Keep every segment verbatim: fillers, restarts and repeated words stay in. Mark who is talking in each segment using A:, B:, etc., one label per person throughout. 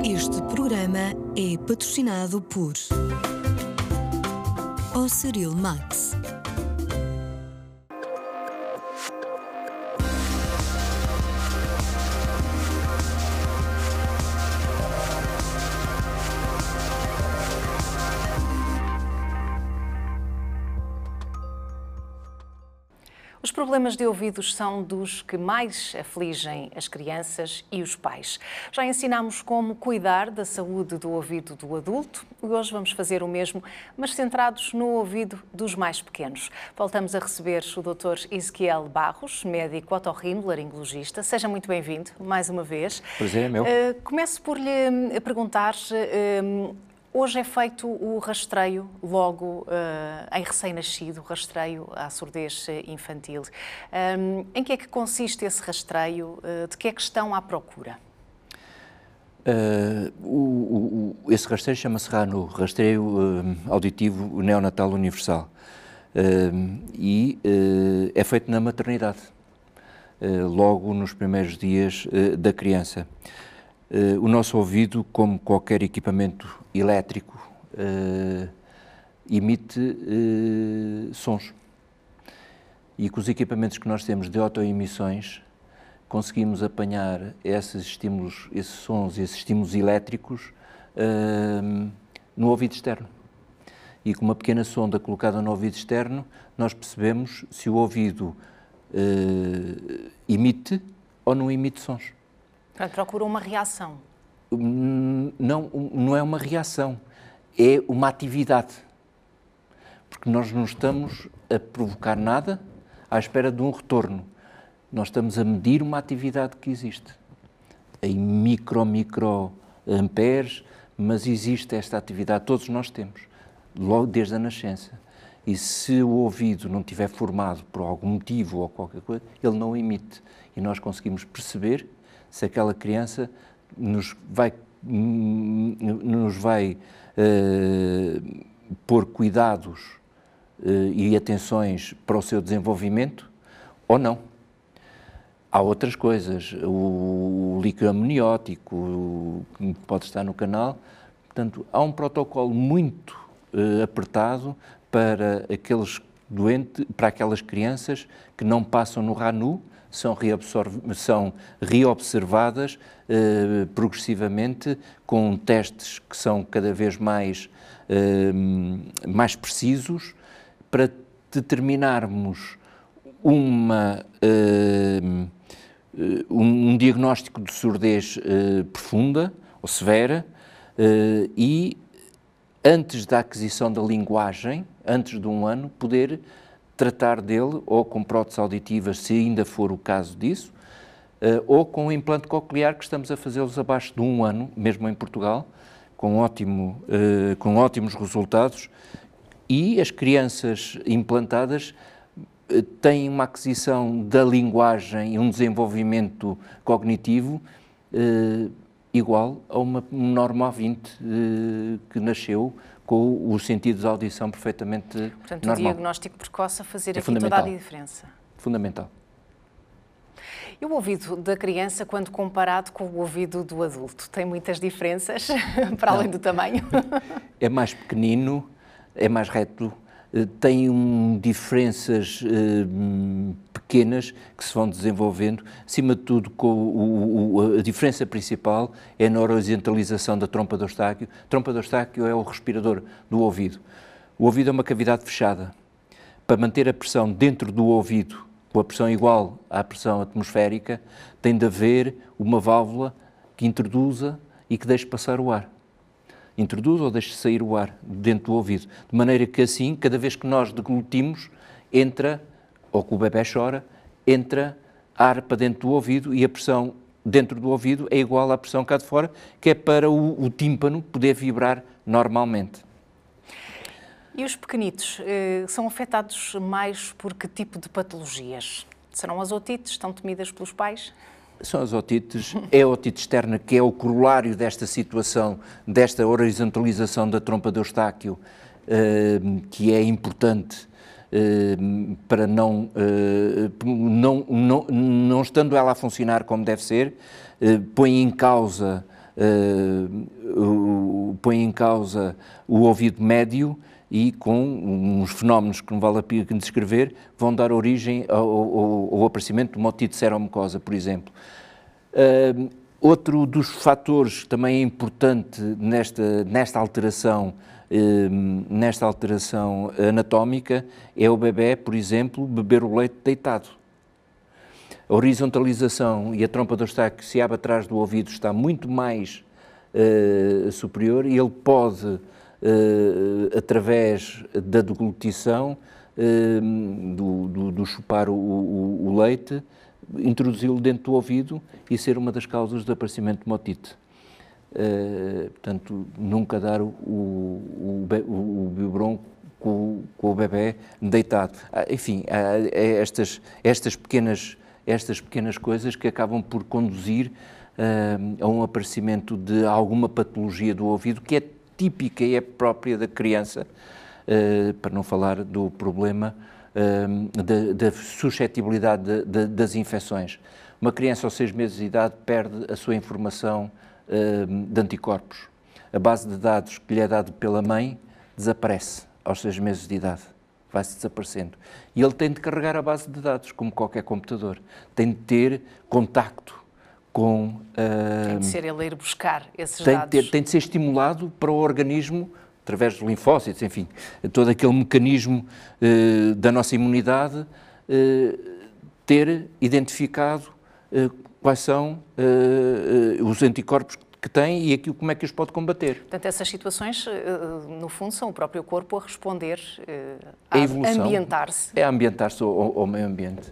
A: Este programa é patrocinado por Oceril Max.
B: Os problemas de ouvidos são dos que mais afligem as crianças e os pais. Já ensinámos como cuidar da saúde do ouvido do adulto e hoje vamos fazer o mesmo, mas centrados no ouvido dos mais pequenos. Voltamos a receber o doutor Ezequiel Barros, médico otorrinolaringologista. Seja muito bem-vindo, mais uma vez.
C: Prazer é meu.
B: Uh, começo por lhe perguntar... Uh, Hoje é feito o rastreio logo uh, em recém-nascido, rastreio à surdez infantil. Um, em que é que consiste esse rastreio? Uh, de que é que estão à procura?
C: Uh, o, o, esse rastreio chama-se RANU, Rastreio uh, Auditivo Neonatal Universal, uh, e uh, é feito na maternidade, uh, logo nos primeiros dias uh, da criança. Uh, o nosso ouvido, como qualquer equipamento elétrico, uh, emite uh, sons. E com os equipamentos que nós temos de autoemissões, conseguimos apanhar esses estímulos, esses sons, esses estímulos elétricos uh, no ouvido externo. E com uma pequena sonda colocada no ouvido externo, nós percebemos se o ouvido uh, emite ou não emite sons.
B: Portanto, procura uma reação.
C: Não, não é uma reação, é uma atividade. Porque nós não estamos a provocar nada à espera de um retorno. Nós estamos a medir uma atividade que existe. Em micro, micro amperes, mas existe esta atividade, todos nós temos, logo desde a nascença. E se o ouvido não estiver formado por algum motivo ou qualquer coisa, ele não emite. E nós conseguimos perceber se aquela criança nos vai, nos vai uh, pôr cuidados uh, e atenções para o seu desenvolvimento ou não. Há outras coisas, o, o líquido amniótico, que pode estar no canal. Portanto, há um protocolo muito uh, apertado para aqueles doentes, para aquelas crianças que não passam no RANU, são, são reobservadas eh, progressivamente com testes que são cada vez mais, eh, mais precisos para determinarmos uma, eh, um, um diagnóstico de surdez eh, profunda ou severa eh, e antes da aquisição da linguagem, antes de um ano, poder tratar dele, ou com próteses auditivas, se ainda for o caso disso, uh, ou com o implante coclear, que estamos a fazê-los abaixo de um ano, mesmo em Portugal, com, ótimo, uh, com ótimos resultados, e as crianças implantadas uh, têm uma aquisição da linguagem e um desenvolvimento cognitivo uh, igual a uma menor vinte uh, que nasceu com os sentidos de audição perfeitamente normal.
B: Portanto, o diagnóstico precoce a fazer
C: é
B: aqui toda a diferença.
C: Fundamental.
B: E o ouvido da criança, quando comparado com o ouvido do adulto, tem muitas diferenças, para além
C: Não.
B: do tamanho?
C: É mais pequenino, é mais reto, tem um, diferenças uh, pequenas que se vão desenvolvendo. Acima de tudo, com o, o, a diferença principal é na horizontalização da trompa do Eustáquio. A trompa do Eustáquio é o respirador do ouvido. O ouvido é uma cavidade fechada. Para manter a pressão dentro do ouvido, com a pressão igual à pressão atmosférica, tem de haver uma válvula que introduza e que deixe passar o ar. Introduz ou deixe sair o ar dentro do ouvido, de maneira que assim, cada vez que nós deglutimos, entra, ou que o bebê chora, entra ar para dentro do ouvido e a pressão dentro do ouvido é igual à pressão cá de fora, que é para o, o tímpano poder vibrar normalmente.
B: E os pequenitos eh, são afetados mais por que tipo de patologias? Serão as otites? Estão temidas pelos pais?
C: São as otites, é a otite externa que é o corolário desta situação, desta horizontalização da trompa do Eustáquio, eh, que é importante eh, para não, eh, não, não, não estando ela a funcionar como deve ser, eh, põe em causa uh, põe em causa o ouvido médio e com uns fenómenos que não vale a pena descrever, vão dar origem ao, ao, ao aparecimento de uma otite seromucosa, por exemplo. Uh, outro dos fatores que também é importante nesta, nesta alteração, uh, nesta alteração anatómica é o bebé, por exemplo, beber o leite deitado. A horizontalização e a trompa do Eustáquio, se abre atrás do ouvido, está muito mais uh, superior e ele pode, uh, através da deglutição, uh, do, do, do chupar o, o, o leite, introduzi-lo dentro do ouvido e ser uma das causas do aparecimento de uma otite. Uh, portanto, nunca dar o, o, o, o biberon com, com o bebé deitado. Ah, enfim, há estas, estas pequenas... estas pequenas coisas que acabam por conduzir uh, a um aparecimento de alguma patologia do ouvido que é típica e é própria da criança, uh, para não falar do problema uh, da, da suscetibilidade de, de, das infecções. Uma criança aos seis meses de idade perde a sua informação uh, de anticorpos. A base de dados que lhe é dada pela mãe desaparece aos seis meses de idade. Vai-se desaparecendo. E ele tem de carregar a base de dados, como qualquer computador. Tem de ter contacto com... Uh,
B: tem de ser ele a ir buscar esses
C: tem
B: dados.
C: De ter, tem de ser estimulado para o organismo, através dos linfócitos, enfim, todo aquele mecanismo uh, da nossa imunidade, uh, ter identificado uh, quais são uh, uh, os anticorpos que tem e aquilo, como é que os pode combater.
B: Portanto, essas situações, no fundo, são o próprio corpo a responder, a, a ambientar-se.
C: É a ambientar-se ao, ao meio ambiente.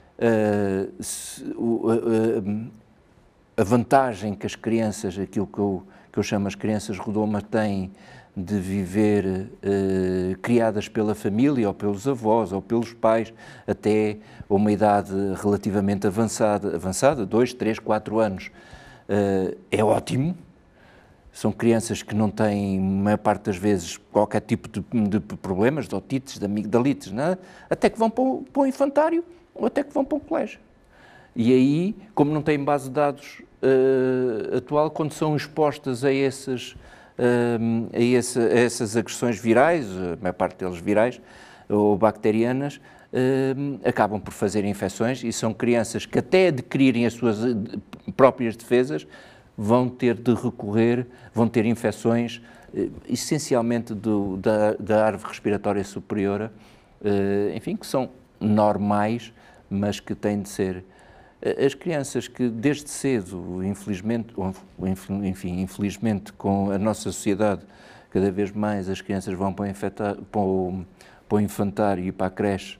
C: Uh, se, uh, uh, a vantagem que as crianças, aquilo que eu, que eu chamo as crianças redoma, têm de viver uh, criadas pela família, ou pelos avós, ou pelos pais, até uma idade relativamente avançada, avançada, dois, três, quatro anos, Uh, é ótimo. São crianças que não têm, a maior parte das vezes, qualquer tipo de, de problemas, de otites, de amigdalites, nada, até que vão para o, para o infantário ou até que vão para o colégio. E aí, como não têm base de dados uh, atual, quando são expostas a, esses, uh, a, esse, a essas agressões virais, a maior parte deles virais ou bacterianas, Uh, acabam por fazer infecções e são crianças que até adquirirem as suas próprias defesas vão ter de recorrer, vão ter infecções uh, essencialmente do, da, da árvore respiratória superior, uh, enfim, que são normais, mas que têm de ser. As crianças que desde cedo, infelizmente, ou, enfim, infelizmente com a nossa sociedade, cada vez mais as crianças vão para o, infectar, para o, para o infantário e para a creche,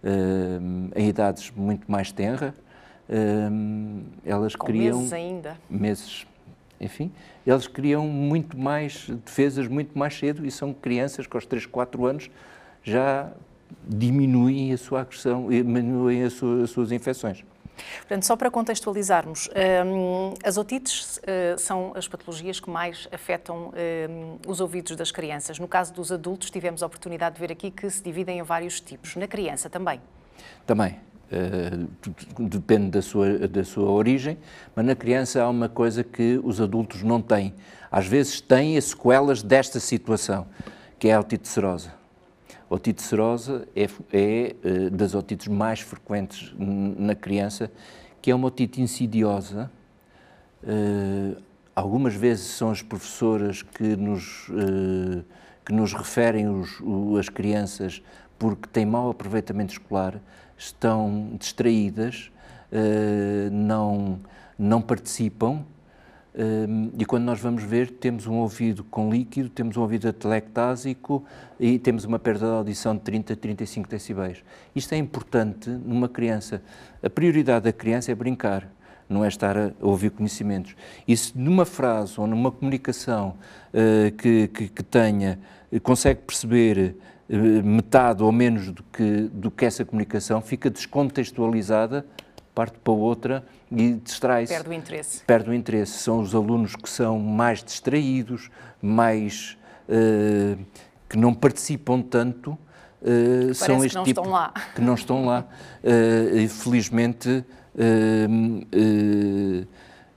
C: Uh, em idades muito mais tenras, uh, elas
B: com
C: criam...
B: meses ainda.
C: Meses, enfim, eles criam muito mais defesas, muito mais cedo, e são crianças que aos três, quatro anos já diminuem a sua agressão, diminuem as suas, as suas infecções.
B: Portanto, só para contextualizarmos, um, as otites uh, são as patologias que mais afetam um, os ouvidos das crianças. No caso dos adultos, tivemos a oportunidade de ver aqui que se dividem em vários tipos. Na criança também?
C: Também. Uh, depende da sua, da sua origem, mas na criança há uma coisa que os adultos não têm. Às vezes têm as sequelas desta situação, que é a otite serosa. A otite serosa é, é uh, das otites mais frequentes na criança, que é uma otite insidiosa. Uh, algumas vezes são as professoras que nos, uh, que nos referem os, o, as crianças porque têm mau aproveitamento escolar, estão distraídas, uh, não, não participam. Um, e quando nós vamos ver, temos um ouvido com líquido, temos um ouvido atelectásico e temos uma perda de audição de trinta a trinta e cinco decibéis. Isto é importante numa criança. A prioridade da criança é brincar, não é estar a ouvir conhecimentos. E se numa frase ou numa comunicação uh, que, que, que tenha, consegue perceber uh, metade ou menos do que, do que essa comunicação, fica descontextualizada, parte para outra e distrai-se.
B: Perde o interesse.
C: Perde o interesse. São os alunos que são mais distraídos, mais, uh, que não participam tanto, uh, são este
B: que não
C: tipo,
B: estão lá.
C: Que não estão lá. Uh, felizmente, uh, uh,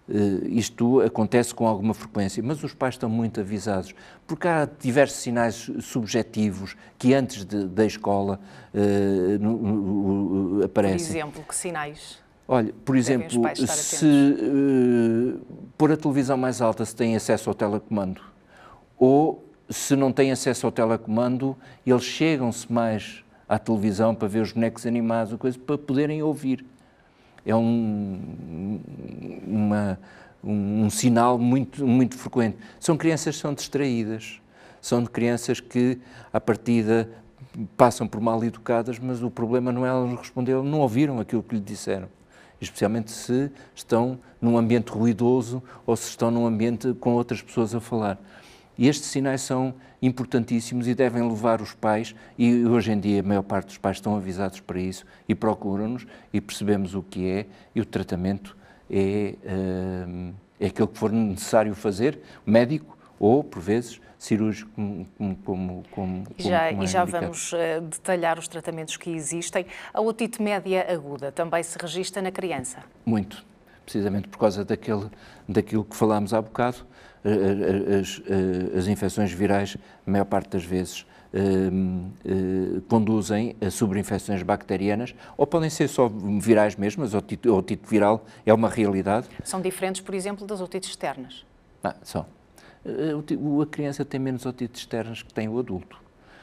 C: Isto acontece com alguma frequência, mas os pais estão muito avisados, porque há diversos sinais subjetivos que antes de, da escola uh, no, no, no, aparecem.
B: Por exemplo, que sinais?
C: Olha, por exemplo, se uh, pôr a televisão mais alta se tem acesso ao telecomando, ou se não tem acesso ao telecomando, eles chegam-se mais à televisão para ver os bonecos animados, coisa, para poderem ouvir. É um, uma, um, um sinal muito, muito frequente. São crianças que são distraídas, são crianças que, à partida, passam por mal educadas, mas o problema não é elas responderem, não ouviram aquilo que lhe disseram. Especialmente se estão num ambiente ruidoso ou se estão num ambiente com outras pessoas a falar. E estes sinais são importantíssimos e devem levar os pais, e hoje em dia a maior parte dos pais estão avisados para isso e procuram-nos e percebemos o que é, e o tratamento é, uh, é aquilo que for necessário fazer, médico ou, por vezes, cirúrgico, como, como, como,
B: e já,
C: como é
B: e já
C: indicado.
B: Vamos uh, detalhar os tratamentos que existem. A otite média aguda também se registra na criança? Muito,
C: precisamente por causa daquele, daquilo que falámos há bocado. As, as infecções virais, a maior parte das vezes, uh, uh, conduzem a sobreinfecções bacterianas, ou podem ser só virais mesmo, mas a otite, a otite viral é uma realidade.
B: São diferentes, por exemplo, das otites externas?
C: Ah, são. A, a criança tem menos otites externas que tem o adulto.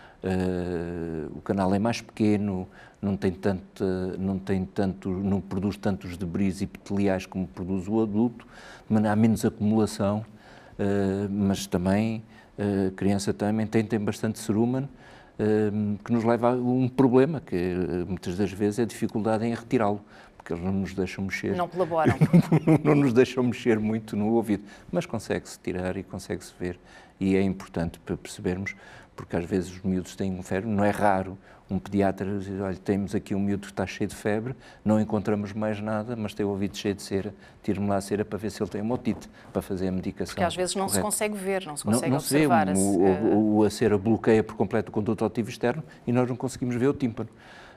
C: Uh, o canal é mais pequeno, não tem tanto, não tem tanto, não produz tantos debris epiteliais como produz o adulto, mas há menos acumulação. Uh, mas também a uh, criança também tem, tem bastante cerumen, uh, que nos leva a um problema, que uh, muitas das vezes é a dificuldade em retirá-lo, porque eles não nos deixam mexer.
B: Não colaboram.
C: não, não nos deixam mexer muito no ouvido, mas consegue-se tirar e consegue-se ver, e é importante para percebermos, porque às vezes os miúdos têm febre, não é raro um pediatra dizer, olha, temos aqui um miúdo que está cheio de febre, não encontramos mais nada, mas tem o ouvido cheio de cera, tire-me lá a cera para ver se ele tem uma otite, para fazer a medicação.
B: Porque às vezes não
C: correta.
B: Se consegue ver, não se consegue
C: não, não
B: observar.
C: Se vê, o, o, a cera bloqueia por completo o conduto auditivo externo e nós não conseguimos ver o tímpano.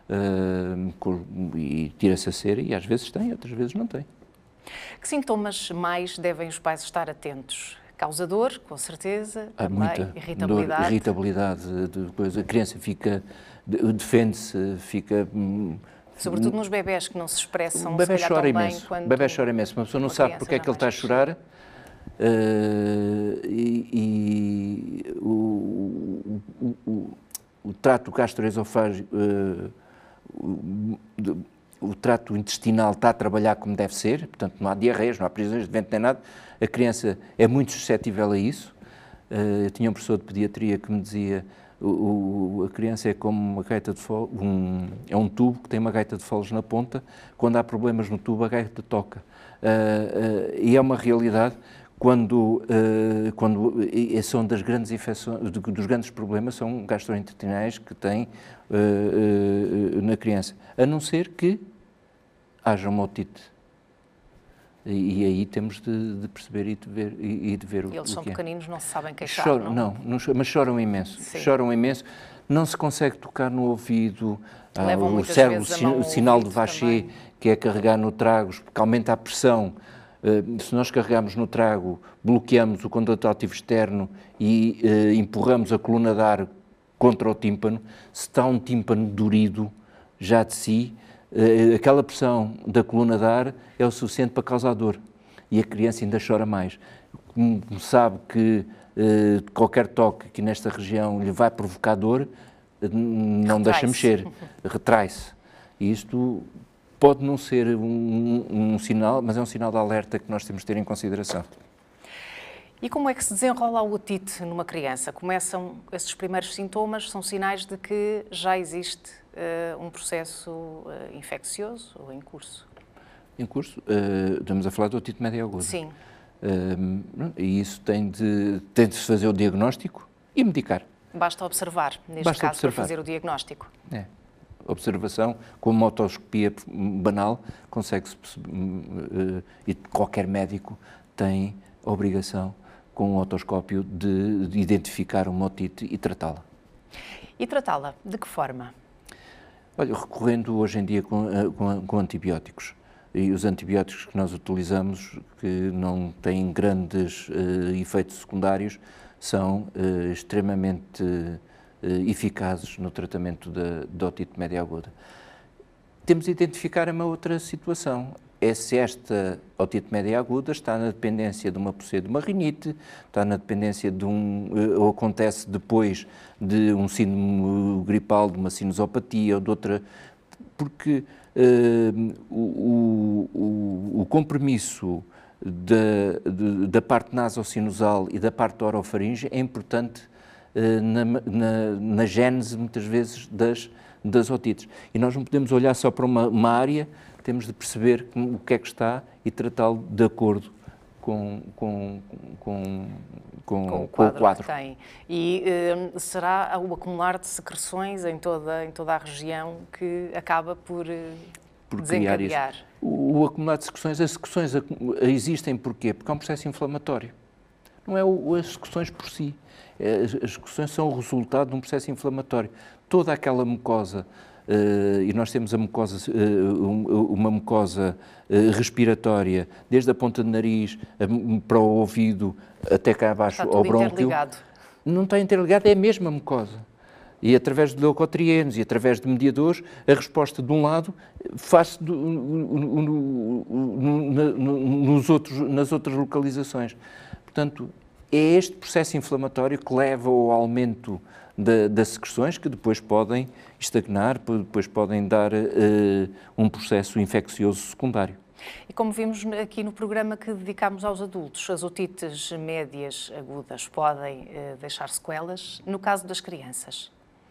C: Uh, e tira-se a cera e às vezes tem, outras vezes não tem.
B: Que sintomas mais devem os pais estar atentos? Causa dor, com certeza,
C: Há
B: também,
C: muita
B: irritabilidade.
C: Dor, irritabilidade, de coisa. A criança fica, defende-se, fica...
B: Sobretudo nos bebés que não se expressam,
C: o bebé
B: se
C: chora
B: tão
C: imenso.
B: bem quando...
C: O bebé chora imenso, uma pessoa não sabe porque é que ele está a chorar, uh, e, e o, o, o, o trato gastroesofágico, uh, o, o trato intestinal está a trabalhar como deve ser, portanto não há diarreias, não há prisões de ventre nem nada. A criança é muito suscetível a isso. Uh, eu tinha um professor de pediatria que me dizia o, o, a criança é como uma gaita de foles, um, é um tubo que tem uma gaita de foles na ponta, quando há problemas no tubo a gaita toca. Uh, uh, e é uma realidade quando, uh, quando e são das grandes infecções, dos grandes problemas são gastrointestinais que tem uh, uh, na criança, a não ser que haja uma otite. E, e aí temos de, de perceber e de ver, e, e de ver o,
B: e eles
C: o
B: são
C: que
B: pequeninos,
C: é.
B: não se sabem queixar,
C: choram,
B: não?
C: Não, não choram, mas choram imenso.
B: Sim.
C: Choram imenso. Não se consegue tocar no ouvido.
B: Levam
C: ah, o
B: muitas
C: cérebro,
B: vezes a mão
C: o
B: ao
C: sinal de
B: ouvido
C: Vacher,
B: também.
C: que é carregar no tragos, porque aumenta a pressão. Uh, se nós carregamos no trago, bloqueamos o conduto auditivo externo e uh, empurramos a coluna de ar contra o tímpano. Se está um tímpano durido já de si, uh, aquela pressão da coluna de ar é o suficiente para causar dor. E a criança ainda chora mais. Como sabe que uh, qualquer toque aqui nesta região lhe vai provocar dor, uh, não deixa mexer, retrai-se. E isto pode não ser um, um sinal, mas é um sinal de alerta que nós temos de ter em consideração.
B: E como é que se desenrola a otite numa criança? Começam esses primeiros sintomas, são sinais de que já existe uh, um processo uh, infeccioso ou em curso?
C: Em curso, uh, estamos a falar de otite média aguda.
B: Sim.
C: Uh, e isso tem de, tem de se fazer o diagnóstico e medicar.
B: Basta observar, neste
C: Basta
B: caso,
C: observar.
B: para fazer o diagnóstico.
C: É. Observação, com uma otoscopia banal, consegue-se, uh, e qualquer médico tem a obrigação, com um otoscópio, de, de identificar uma otite e tratá-la.
B: E tratá-la de que forma?
C: Olha, recorrendo hoje em dia com, com, com antibióticos. e os antibióticos que nós utilizamos, que não têm grandes uh, efeitos secundários, são uh, extremamente uh, eficazes no tratamento da, da otite média aguda. Temos de identificar uma outra situação, é se esta otite média aguda está na dependência de uma de uma rinite, está na dependência de um, ou acontece depois de um síndrome gripal, de uma sinusopatia ou de outra, porque uh, o, o, o compromisso da, de, da parte nasocinusal e da parte da orofaringe é importante uh, na, na, na gênese, muitas vezes, das, das otites. E nós não podemos olhar só para uma, uma área, temos de perceber o que é que está e tratá-lo de acordo com, com, com, com,
B: com o
C: com
B: quadro,
C: o quadro.
B: que tem. E uh, será o acumular de secreções em toda, em toda a região que acaba por, uh,
C: por
B: desencadear?
C: O, o acumular de secreções, as secreções existem porquê? Porque é um processo inflamatório. Não é o, as secreções por si. As, as secreções são o resultado de um processo inflamatório. Toda aquela mucosa, Uh, e nós temos a mucosa, uh, uma mucosa uh, respiratória, desde a ponta do nariz uh, para o ouvido até cá abaixo
B: está
C: ao
B: tudo
C: brônquio.
B: Interligado.
C: Não está interligado, é a mesma mucosa. E através de leucotrienos e através de mediadores, a resposta de um lado faz-se do, no, no, no, nos outros, nas outras localizações. Portanto, é este processo inflamatório que leva ao aumento Da, das secreções, que depois podem estagnar, depois podem dar uh, um processo infeccioso secundário.
B: E como vimos aqui no programa que dedicámos aos adultos, as otites médias agudas podem uh, deixar sequelas, no caso das crianças?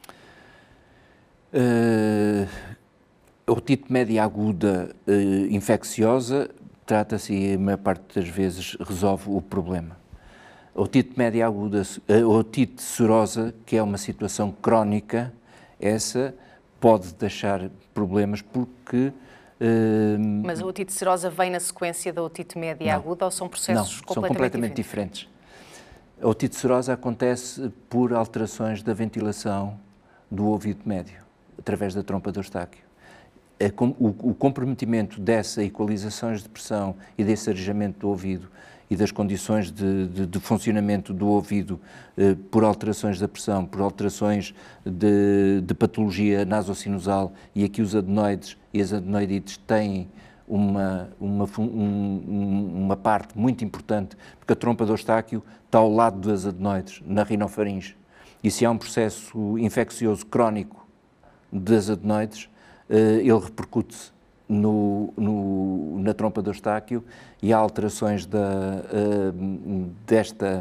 C: Uh, a otite média aguda uh, infecciosa trata-se e a maior parte das vezes resolve o problema. A otite média aguda, a otite serosa, que é uma situação crónica, essa pode deixar problemas porque... Uh,
B: Mas a otite serosa vem na sequência da otite média
C: não,
B: aguda ou são processos
C: não,
B: completamente,
C: são completamente
B: diferentes?
C: diferentes? A otite serosa acontece por alterações da ventilação do ouvido médio, através da trompa do Eustáquio. O, o comprometimento dessa equalizações de pressão e desse arejamento do ouvido e das condições de, de, de funcionamento do ouvido eh, por alterações da pressão, por alterações de, de patologia nasocinusal, e aqui os adenoides e as adenoidites têm uma, uma, um, uma parte muito importante, porque a trompa do Eustáquio está ao lado das adenoides, na rinofaringe. E se há um processo infeccioso crónico das adenoides, eh, ele repercute-se No, no, na trompa do Eustáquio, e há alterações da, uh, desta,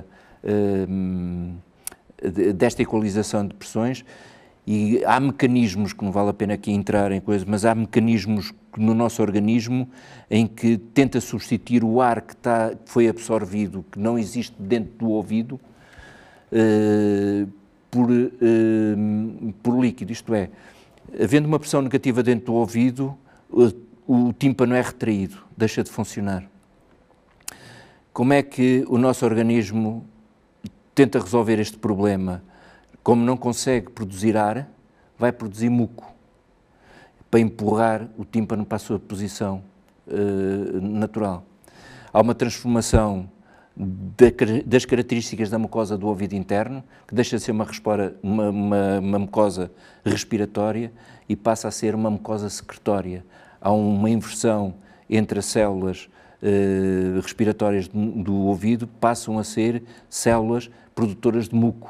C: uh, desta equalização de pressões, e há mecanismos, que não vale a pena aqui entrar em coisas, mas há mecanismos no nosso organismo em que tenta substituir o ar que, está, que foi absorvido, que não existe dentro do ouvido, uh, por, uh, por líquido, isto é, havendo uma pressão negativa dentro do ouvido, o tímpano é retraído, deixa de funcionar. Como é que o nosso organismo tenta resolver este problema? Como não consegue produzir ar, vai produzir muco, para empurrar o tímpano para a sua posição uh, natural. Há uma transformação da, das características da mucosa do ouvido interno, que deixa de ser uma, respora, uma, uma, uma mucosa respiratória e passa a ser uma mucosa secretória. Há uma inversão entre as células eh, respiratórias do, do ouvido, passam a ser células produtoras de muco.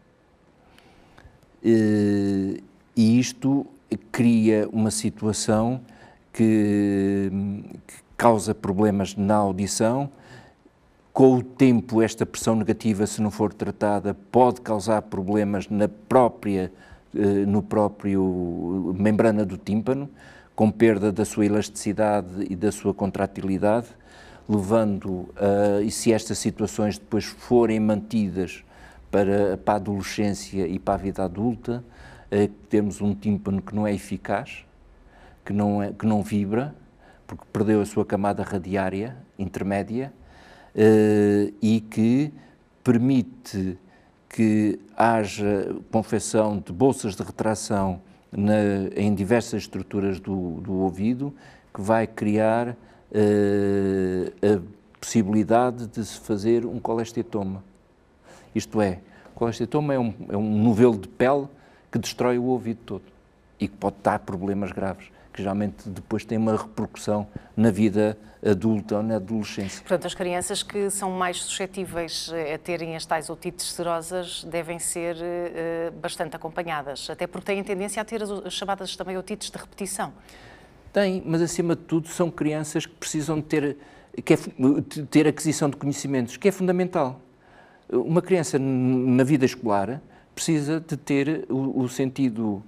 C: Eh, e isto cria uma situação que, que causa problemas na audição. Com o tempo, esta pressão negativa, se não for tratada, pode causar problemas na própria, eh, no próprio membrana do tímpano, com perda da sua elasticidade e da sua contratilidade, levando a, e se estas situações depois forem mantidas para, para a adolescência e para a vida adulta, eh, temos um tímpano que não é eficaz, que não, é, que não vibra, porque perdeu a sua camada radiária intermédia, eh, e que permite que haja confecção de bolsas de retração Na, em diversas estruturas do, do ouvido, que vai criar uh, a possibilidade de se fazer um colestetoma. Isto é, o colestetoma é um, é um novelo de pele que destrói o ouvido todo e que pode dar problemas graves, que geralmente depois tem uma repercussão na vida adulta ou na adolescência.
B: Portanto, as crianças que são mais suscetíveis a terem as tais otites serosas devem ser uh, bastante acompanhadas, até porque têm tendência a ter as, as chamadas também otites de repetição.
C: Tem, mas acima de tudo são crianças que precisam de ter, que é, de ter aquisição de conhecimentos, que é fundamental. Uma criança na vida escolar precisa de ter o, o sentido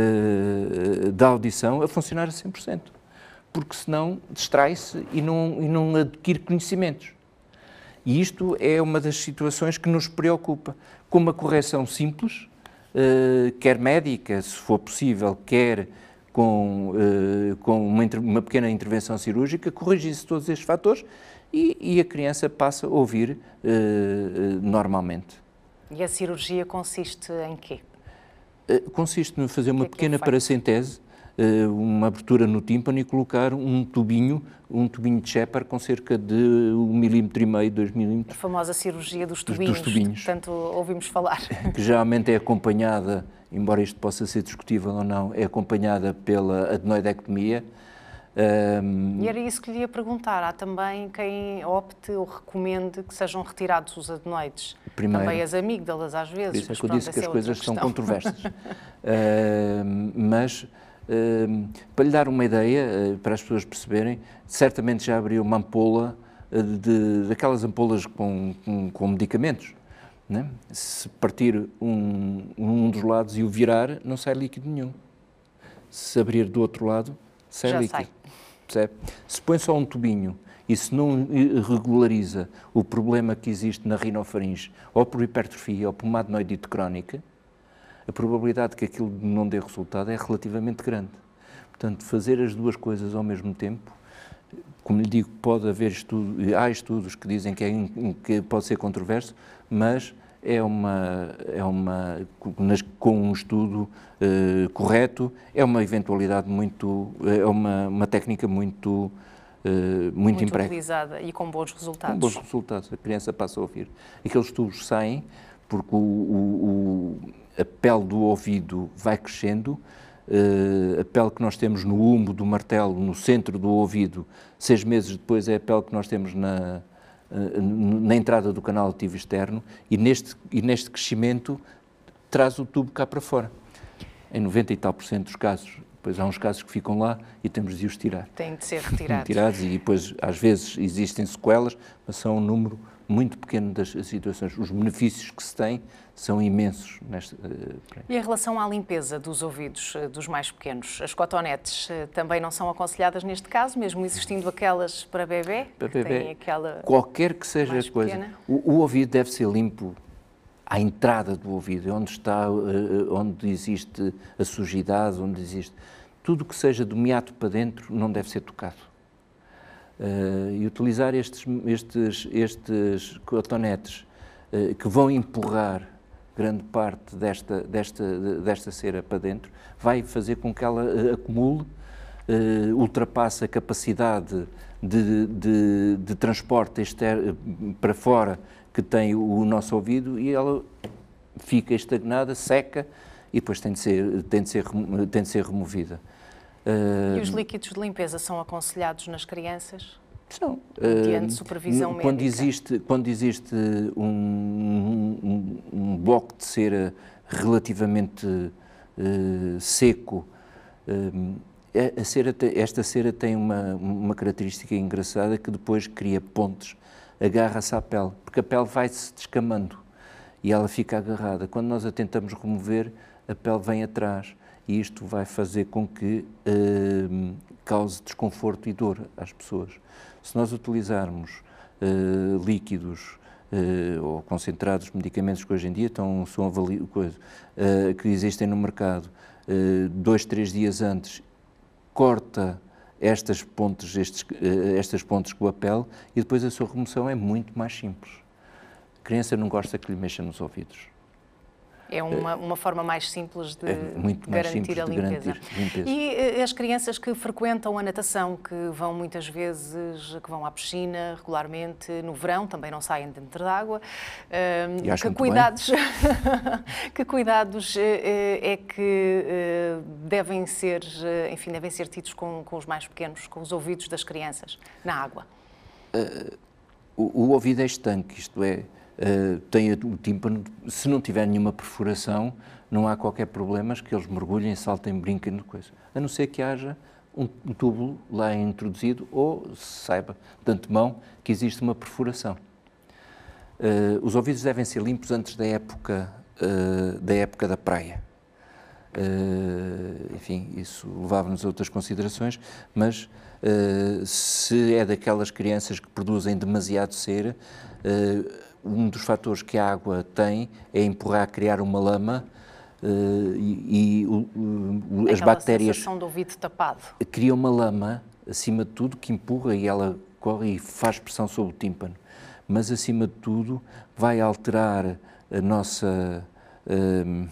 C: uh, da audição a funcionar a cem por cento, porque senão distrai-se e não, e não adquire conhecimentos. E isto é uma das situações que nos preocupa, com uma correção simples, uh, quer médica, se for possível, quer com, uh, com uma, uma pequena intervenção cirúrgica, corrigem-se todos estes fatores e, e a criança passa a ouvir uh, normalmente.
B: E a cirurgia consiste em quê?
C: Uh, consiste em fazer uma
B: que é
C: pequena
B: que é
C: paracentese, uh, uma abertura no tímpano e colocar um tubinho, um tubinho de Shepard com cerca de um milímetro e meio, dois milímetros.
B: A famosa cirurgia dos tubinhos,
C: dos tubinhos.
B: que tanto ouvimos falar.
C: Que geralmente é acompanhada, embora isto possa ser discutível ou não, é acompanhada pela adenoidectomia.
B: Um... E era isso que lhe ia perguntar. Há também quem opte ou recomende que sejam retirados os adenoides.
C: Primeiro,
B: também as amígdalas, às vezes.
C: Por isso é que eu
B: pronto,
C: disse que as
B: é
C: coisas são
B: questão.
C: controversas. uh, mas, uh, para lhe dar uma ideia, uh, para as pessoas perceberem, certamente já abriu uma ampola uh, de, daquelas ampolas com, com, com medicamentos. Né? Se partir um, um dos lados e o virar, não sai líquido nenhum. Se abrir do outro lado, sai
B: Já
C: líquido.
B: sai.
C: Percebe? Se põe só um tubinho e se não regulariza o problema que existe na rinofaringe, ou por hipertrofia ou por uma adenoidite crónica, a probabilidade de que aquilo não dê resultado é relativamente grande. Portanto, fazer as duas coisas ao mesmo tempo, como lhe digo, pode haver estudo, há estudos que dizem que, é, que pode ser controverso, mas é uma, é uma com um estudo uh, correto, é uma eventualidade muito, é uma, uma técnica muito, uh, muito,
B: muito
C: empregada.
B: utilizada e com bons resultados.
C: Com bons resultados, a criança passa a ouvir. Aqueles tubos saem porque o, o, o, a pele do ouvido vai crescendo, uh, a pele que nós temos no umbo do martelo, no centro do ouvido, seis meses depois é a pele que nós temos na na entrada do canal auditivo externo e neste, e neste crescimento traz o tubo cá para fora. Em noventa e tal por cento dos casos. Depois há uns casos que ficam lá e temos de os tirar.
B: Têm de ser retirados.
C: Tirados e depois às vezes existem sequelas, mas são um número muito pequeno das situações. Os benefícios que se têm são imensos. Nesta, uh,
B: e em relação à limpeza dos ouvidos uh, dos mais pequenos, as cotonetes uh, também não são aconselhadas neste caso, mesmo existindo aquelas para bebê,
C: para
B: que
C: bebê,
B: têm aquela
C: qualquer que seja
B: mais
C: a coisa,
B: pequena.
C: o, o ouvido deve ser limpo à entrada do ouvido, onde está, uh, onde existe a sujidade, onde existe tudo que seja do meato para dentro não deve ser tocado. Uh, e utilizar estes, estes, estes cotonetes uh, que vão empurrar grande parte desta, desta, desta cera para dentro, vai fazer com que ela uh, acumule, uh, ultrapasse a capacidade de, de, de transporte externo, para fora que tem o, o nosso ouvido e ela fica estagnada, seca e depois tem de ser, tem de ser, tem de ser removida.
B: Uh, e os líquidos de limpeza são aconselhados nas crianças?
C: São.
B: Mediante uh, supervisão
C: quando
B: médica?
C: Existe, quando existe um, um, um bloco de cera relativamente uh, seco, uh, a cera, esta cera tem uma, uma característica engraçada que depois cria pontes, agarra-se à pele, porque a pele vai-se descamando e ela fica agarrada. Quando nós a tentamos remover, a pele vem atrás. E isto vai fazer com que uh, cause desconforto e dor às pessoas. Se nós utilizarmos uh, líquidos uh, ou concentrados medicamentos que hoje em dia estão, são avali- coisa, uh, que existem no mercado, uh, dois, três dias antes, corta estas pontes, estes, uh, estas pontes com a pele e depois a sua remoção é muito mais simples. A criança não gosta que lhe mexa nos ouvidos.
B: É uma, uma forma mais simples de
C: é muito mais
B: garantir
C: simples
B: a
C: de
B: limpeza.
C: garantir limpeza.
B: E as crianças que frequentam a natação, que vão muitas vezes, que vão à piscina regularmente, no verão, também não saem dentro da água,
C: E acho
B: que
C: muito
B: cuidados, que cuidados é que devem ser, enfim, devem ser tidos com, com os mais pequenos, com os ouvidos das crianças, na água?
C: Uh, o, o ouvido é estanque, isto é, uh, tem o tímpano, se não tiver nenhuma perfuração, não há qualquer problema que eles mergulhem, saltem, brinquem de coisa. A não ser que haja um, um túbulo lá introduzido ou se saiba de antemão que existe uma perfuração. Uh, os ouvidos devem ser limpos antes da época, uh, da, época da praia. Uh, enfim, isso levava-nos a outras considerações, mas uh, se é daquelas crianças que produzem demasiado cera, uh, um dos fatores que a água tem é empurrar, criar uma lama uh, e, e uh, uh, as bactérias...
B: sensação de ouvido tapado.
C: Cria uma lama, acima de tudo, que empurra e ela corre e faz pressão sobre o tímpano. Mas, acima de tudo, vai alterar a nossa... Uh,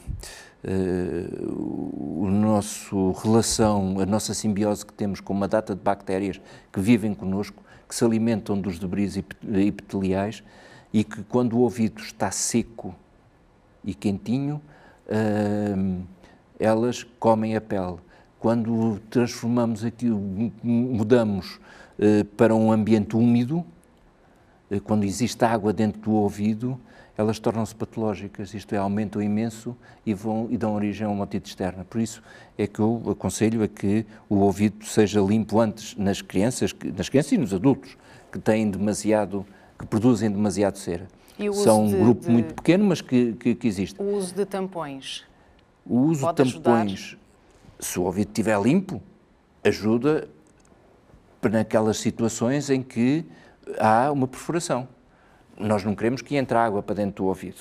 C: Uh, o nosso relação, a nossa simbiose que temos com uma data de bactérias que vivem connosco, que se alimentam dos debris epiteliais e que, quando o ouvido está seco e quentinho, uh, elas comem a pele. Quando transformamos aquilo, mudamos uh, para um ambiente úmido, uh, quando existe água dentro do ouvido, elas tornam-se patológicas, isto é, aumentam imenso e, vão, e dão origem a uma otite externa. Por isso é que eu aconselho a que o ouvido seja limpo antes nas crianças, nas crianças e nos adultos, que têm demasiado, que produzem demasiado cera. São um de, grupo de, muito pequeno, mas que, que, que existe.
B: O uso de tampões?
C: O uso
B: pode
C: de tampões,
B: ajudar?
C: Se o ouvido estiver limpo, ajuda naquelas situações em que há uma perfuração. Nós não queremos que entre água para dentro do ouvido.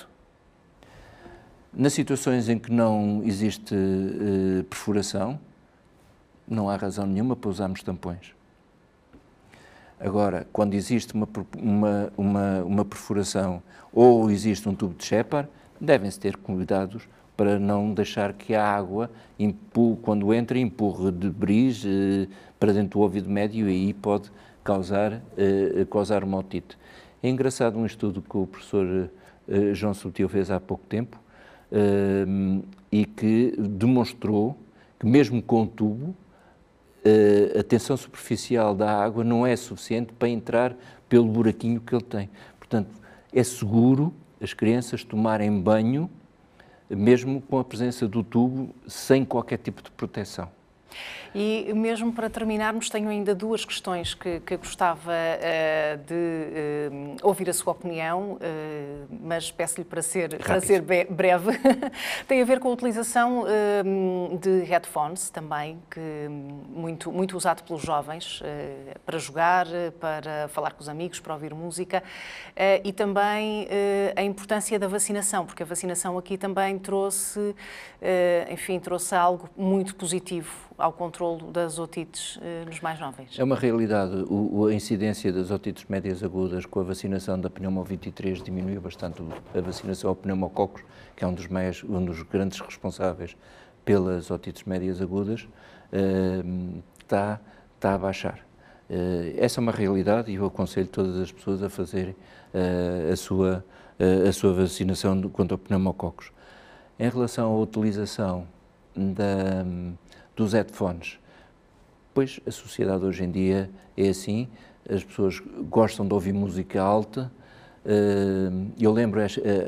C: Nas situações em que não existe uh, perfuração, não há razão nenhuma para usarmos tampões. Agora, quando existe uma, uma, uma, uma perfuração ou existe um tubo de Shepard, devem-se ter cuidados para não deixar que a água, empurre, quando entra, empurre debris uh, para dentro do ouvido médio e aí pode causar, uh, causar uma otite. É engraçado um estudo que o professor uh, João Subtil fez há pouco tempo uh, e que demonstrou que mesmo com o tubo, uh, a tensão superficial da água não é suficiente para entrar pelo buraquinho que ele tem. Portanto, é seguro as crianças tomarem banho mesmo com a presença do tubo, sem qualquer tipo de proteção.
B: E mesmo para terminarmos, tenho ainda duas questões que, que gostava uh, de uh, ouvir a sua opinião, uh, mas peço-lhe para ser, para ser breve. Tem a ver com a utilização uh, de headphones também, que muito, muito usado pelos jovens, uh, para jogar, para falar com os amigos, para ouvir música, uh, e também uh, a importância da vacinação, porque a vacinação aqui também trouxe, uh, enfim, trouxe algo muito positivo ao controlo das otites eh, nos mais jovens.
C: É uma realidade. O, a incidência das otites médias agudas com a vacinação da pneumo vinte e três diminuiu bastante a vacinação ao pneumococos, que é um dos, mais, um dos grandes responsáveis pelas otites médias agudas, eh, está, está a baixar. Eh, essa é uma realidade e eu aconselho todas as pessoas a fazerem eh, a, sua, eh, a sua vacinação contra o pneumococos. Em relação à utilização da dos headphones, pois a sociedade hoje em dia é assim, as pessoas gostam de ouvir música alta. Eu lembro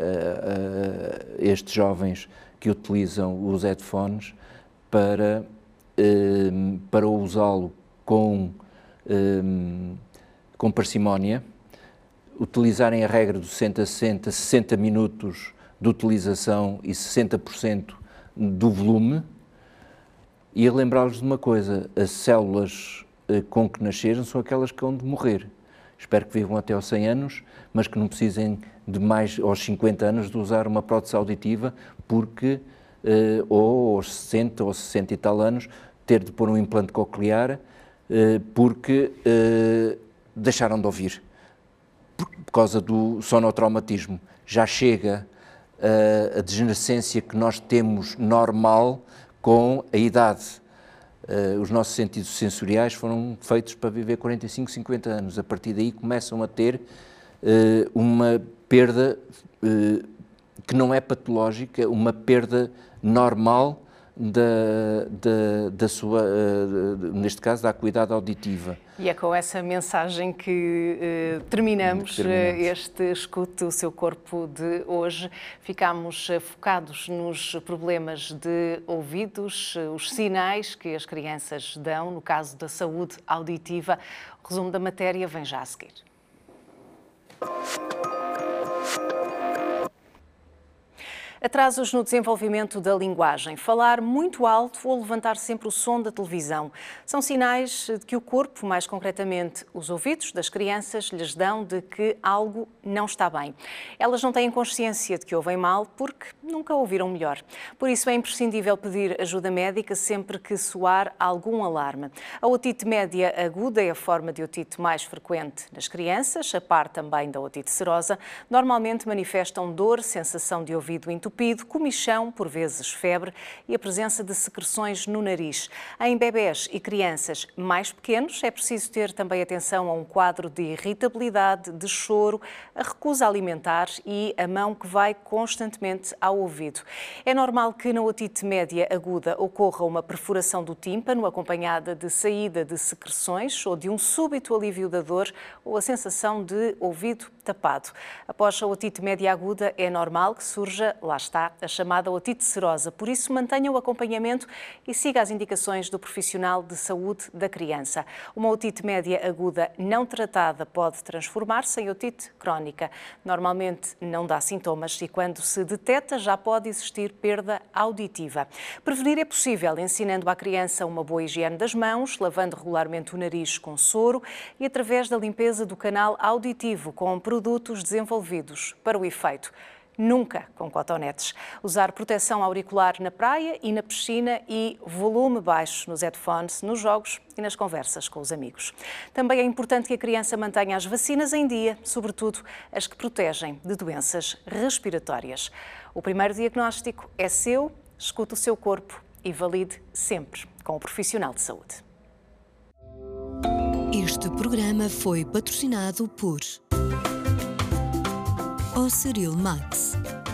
C: estes jovens que utilizam os headphones para, para usá-lo com, com parcimónia, utilizarem a regra dos sessenta, sessenta, sessenta minutos de utilização e sessenta por cento do volume. E a lembrar-los de uma coisa, as células eh, com que nasceram são aquelas que hão de morrer. Espero que vivam até aos cem anos, mas que não precisem de mais aos cinquenta anos de usar uma prótese auditiva, porque, eh, ou aos sessenta ou sessenta e tal anos, ter de pôr um implante coclear, eh, porque eh, deixaram de ouvir, por, por causa do sonotraumatismo. Já chega a degenerescência que nós temos normal com a idade. Uh, os nossos sentidos sensoriais foram feitos para viver quarenta e cinco, cinquenta anos. A partir daí começam a ter uh, uma perda uh, que não é patológica, uma perda normal da, da, da sua, uh, neste caso, da acuidade auditiva.
B: E é com essa mensagem que uh, terminamos, terminamos este Escute o Seu Corpo de hoje. Ficamos uh, focados nos problemas de ouvidos, uh, os sinais que as crianças dão, no caso da saúde auditiva. O resumo da matéria vem já a seguir. Atrasos no desenvolvimento da linguagem, falar muito alto ou levantar sempre o som da televisão. São sinais de que o corpo, mais concretamente os ouvidos das crianças, lhes dão de que algo não está bem. Elas não têm consciência de que ouvem mal porque nunca ouviram melhor. Por isso é imprescindível pedir ajuda médica sempre que soar algum alarme. A otite média aguda é a forma de otite mais frequente nas crianças, a par também da otite serosa. Normalmente manifestam dor, sensação de ouvido entupido, Entupido, comichão, por vezes febre e a presença de secreções no nariz. Em bebés e crianças mais pequenos é preciso ter também atenção a um quadro de irritabilidade, de choro, a recusa alimentar e a mão que vai constantemente ao ouvido. É normal que na otite média aguda ocorra uma perfuração do tímpano acompanhada de saída de secreções ou de um súbito alívio da dor ou a sensação de ouvido tapado. Após a otite média aguda é normal que surja, lá está, a chamada otite serosa. Por isso, mantenha o acompanhamento e siga as indicações do profissional de saúde da criança. Uma otite média aguda não tratada pode transformar-se em otite crónica. Normalmente não dá sintomas e quando se detecta já pode existir perda auditiva. Prevenir é possível ensinando à criança uma boa higiene das mãos, lavando regularmente o nariz com soro e através da limpeza do canal auditivo com produtos desenvolvidos para o efeito. Nunca com cotonetes. Usar proteção auricular na praia e na piscina e volume baixo nos headphones, nos jogos e nas conversas com os amigos. Também é importante que a criança mantenha as vacinas em dia, sobretudo as que protegem de doenças respiratórias. O primeiro diagnóstico é seu, escute o seu corpo e valide sempre com o profissional de saúde.
A: Este programa foi patrocinado por Ociril Max.